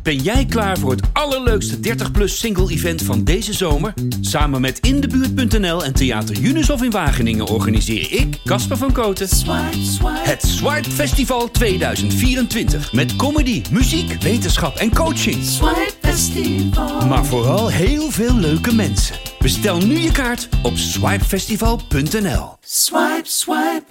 Ben jij klaar voor het allerleukste 30-plus single-event van deze zomer? Samen met Indebuurt.nl en Theater Junushof in Wageningen organiseer ik, Casper van Kooten, het Swipe Festival 2024. Met comedy, muziek, wetenschap en coaching. Swipe Festival. Maar vooral heel veel leuke mensen. Bestel nu je kaart op swipefestival.nl. Swipe, swipe.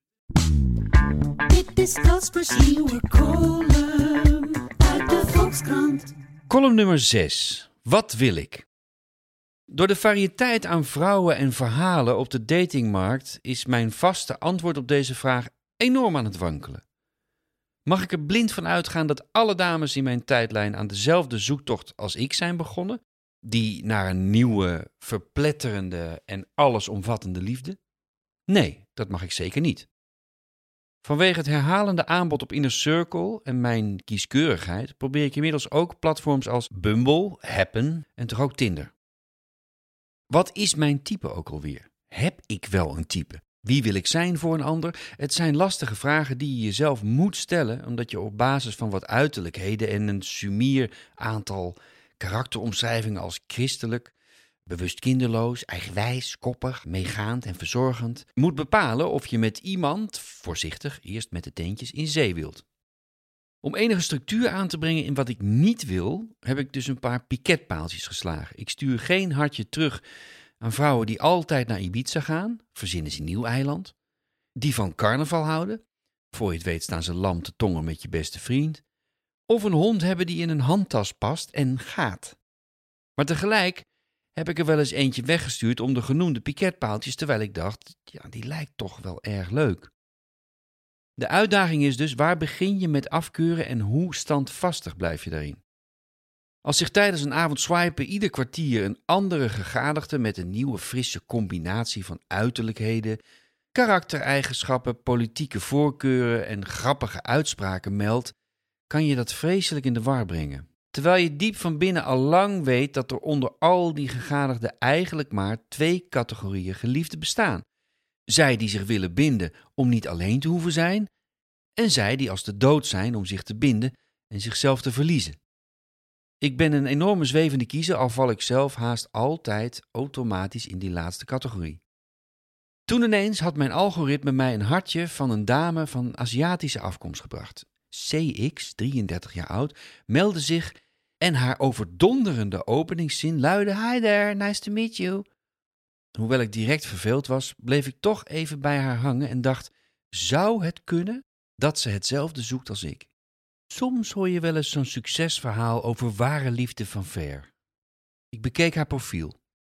Dit is Caspers nieuwe column uit de Volkskrant. Column nummer 6. Wat wil ik? Door de variëteit aan vrouwen en verhalen op de datingmarkt is mijn vaste antwoord op deze vraag enorm aan het wankelen. Mag ik er blind van uitgaan dat alle dames in mijn tijdlijn aan dezelfde zoektocht als ik zijn begonnen? Die naar een nieuwe, verpletterende en allesomvattende liefde? Nee, dat mag ik zeker niet. Vanwege het herhalende aanbod op Inner Circle en mijn kieskeurigheid probeer ik inmiddels ook platforms als Bumble, Happen en toch ook Tinder. Wat is mijn type ook alweer? Heb ik wel een type? Wie wil ik zijn voor een ander? Het zijn lastige vragen die je jezelf moet stellen, omdat je op basis van wat uiterlijkheden en een sumier aantal karakteromschrijvingen als christelijk, bewust kinderloos, eigenwijs, koppig, meegaand en verzorgend moet bepalen of je met iemand, voorzichtig, eerst met de teentjes, in zee wilt. Om enige structuur aan te brengen in wat ik niet wil, heb ik dus een paar piketpaaltjes geslagen. Ik stuur geen hartje terug aan vrouwen die altijd naar Ibiza gaan, verzinnen ze een nieuw eiland, die van carnaval houden, voor je het weet staan ze lam te tongen met je beste vriend, of een hond hebben die in een handtas past en gaat. Maar tegelijk heb ik er wel eens eentje weggestuurd om de genoemde piketpaaltjes, terwijl ik dacht, ja, die lijkt toch wel erg leuk. De uitdaging is dus, waar begin je met afkeuren en hoe standvastig blijf je daarin? Als zich tijdens een avond swipen ieder kwartier een andere gegadigde met een nieuwe frisse combinatie van uiterlijkheden, karaktereigenschappen, politieke voorkeuren en grappige uitspraken meldt, kan je dat vreselijk in de war brengen. Terwijl je diep van binnen al lang weet dat er onder al die gegadigden eigenlijk maar 2 categorieën geliefden bestaan. Zij die zich willen binden om niet alleen te hoeven zijn, en zij die als de dood zijn om zich te binden en zichzelf te verliezen. Ik ben een enorme zwevende kiezer, al val ik zelf haast altijd automatisch in die laatste categorie. Toen ineens had mijn algoritme mij een hartje van een dame van Aziatische afkomst gebracht. CX, 33 jaar oud, meldde zich en haar overdonderende openingszin luidde: "Hi there, nice to meet you." Hoewel ik direct verveeld was, bleef ik toch even bij haar hangen en dacht, zou het kunnen dat ze hetzelfde zoekt als ik? Soms hoor je wel eens zo'n succesverhaal over ware liefde van ver. Ik bekeek haar profiel.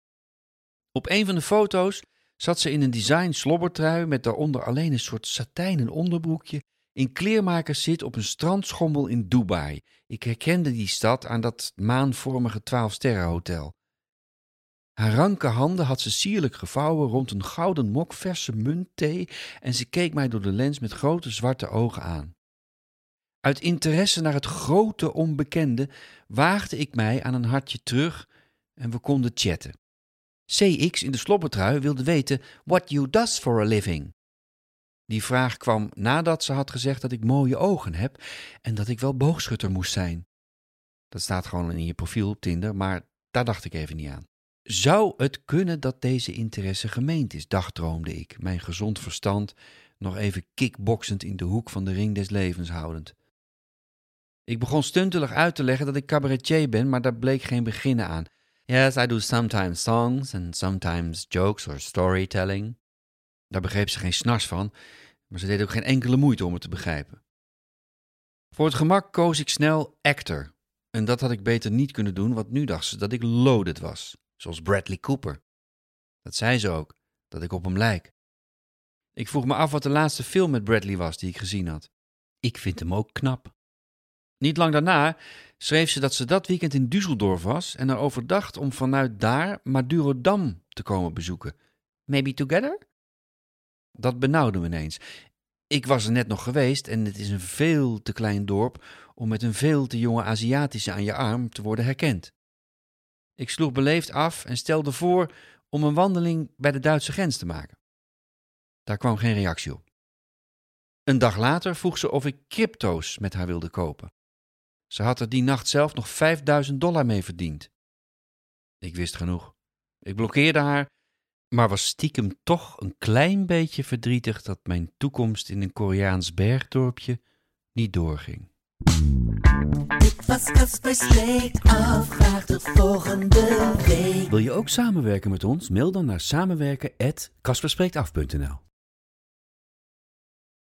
Op een van de foto's zat ze in een design slobbertrui met daaronder alleen een soort satijnen onderbroekje in kleermakerszit op een strandschommel in Dubai. Ik herkende die stad aan dat maanvormige 12-sterrenhotel. Haar ranke handen had ze sierlijk gevouwen rond een gouden mok verse muntthee en ze keek mij door de lens met grote zwarte ogen aan. Uit interesse naar het grote onbekende waagde ik mij aan een hartje terug en we konden chatten. CX in de slobbertrui wilde weten what you does for a living. Die vraag kwam nadat ze had gezegd dat ik mooie ogen heb en dat ik wel boogschutter moest zijn. Dat staat gewoon in je profiel op Tinder, maar daar dacht ik even niet aan. Zou het kunnen dat deze interesse gemeend is, dagdroomde ik, mijn gezond verstand nog even kickboxend in de hoek van de ring des levens houdend. Ik begon stuntelig uit te leggen dat ik cabaretier ben, maar daar bleek geen beginnen aan. Yes, I do sometimes songs and sometimes jokes or storytelling. Daar begreep ze geen snars van, maar ze deed ook geen enkele moeite om het te begrijpen. Voor het gemak koos ik snel actor. En dat had ik beter niet kunnen doen, want nu dacht ze dat ik loaded was. Zoals Bradley Cooper. Dat zei ze ook, dat ik op hem lijk. Ik vroeg me af wat de laatste film met Bradley was die ik gezien had. Ik vind hem ook knap. Niet lang daarna schreef ze dat ze dat weekend in Düsseldorf was en erover dacht om vanuit daar Madurodam te komen bezoeken. Maybe together? Dat benauwde me ineens. Ik was er net nog geweest en het is een veel te klein dorp om met een veel te jonge Aziatische aan je arm te worden herkend. Ik sloeg beleefd af en stelde voor om een wandeling bij de Duitse grens te maken. Daar kwam geen reactie op. Een dag later vroeg ze of ik crypto's met haar wilde kopen. Ze had er die nacht zelf nog $5.000 mee verdiend. Ik wist genoeg. Ik blokkeerde haar, maar was stiekem toch een klein beetje verdrietig dat mijn toekomst in een Koreaans bergdorpje niet doorging. Dit was Kaspers Leek Af. Graag tot volgende week. Wil je ook samenwerken met ons? Mail dan naar samenwerken@kasperspreektaf.nl.